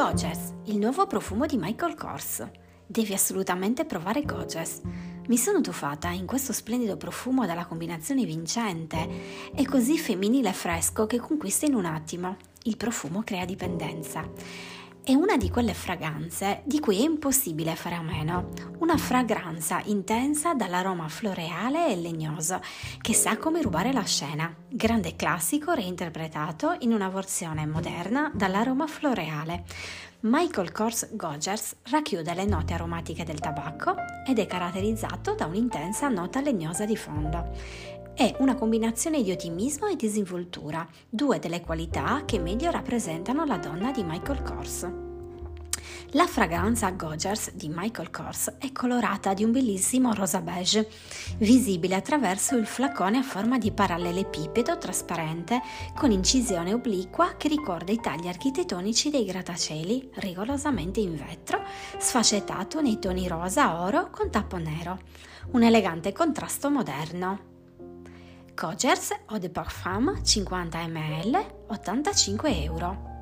Gorgeous, il nuovo profumo di Michael Kors. Devi assolutamente provare Gorgeous. Mi sono tufata in questo splendido profumo dalla combinazione vincente. È così femminile e fresco che conquista in un attimo. Il profumo crea dipendenza. È una di quelle fragranze di cui è impossibile fare a meno. Una fragranza intensa dall'aroma floreale e legnoso che sa come rubare la scena. Grande classico reinterpretato in una versione moderna dall'aroma floreale. Michael Kors Gorgeous racchiude le note aromatiche del tabacco ed è caratterizzato da un'intensa nota legnosa di fondo. È una combinazione di ottimismo e disinvoltura, due delle qualità che meglio rappresentano la donna di Michael Kors. La fragranza Gorgeous di Michael Kors è colorata di un bellissimo rosa beige, visibile attraverso il flacone a forma di parallelepipedo trasparente con incisione obliqua che ricorda i tagli architettonici dei grattacieli, rigorosamente in vetro, sfaccettato nei toni rosa oro con tappo nero. Un elegante contrasto moderno. Gorgeous Eau de Parfum 50 ml, 85 euro.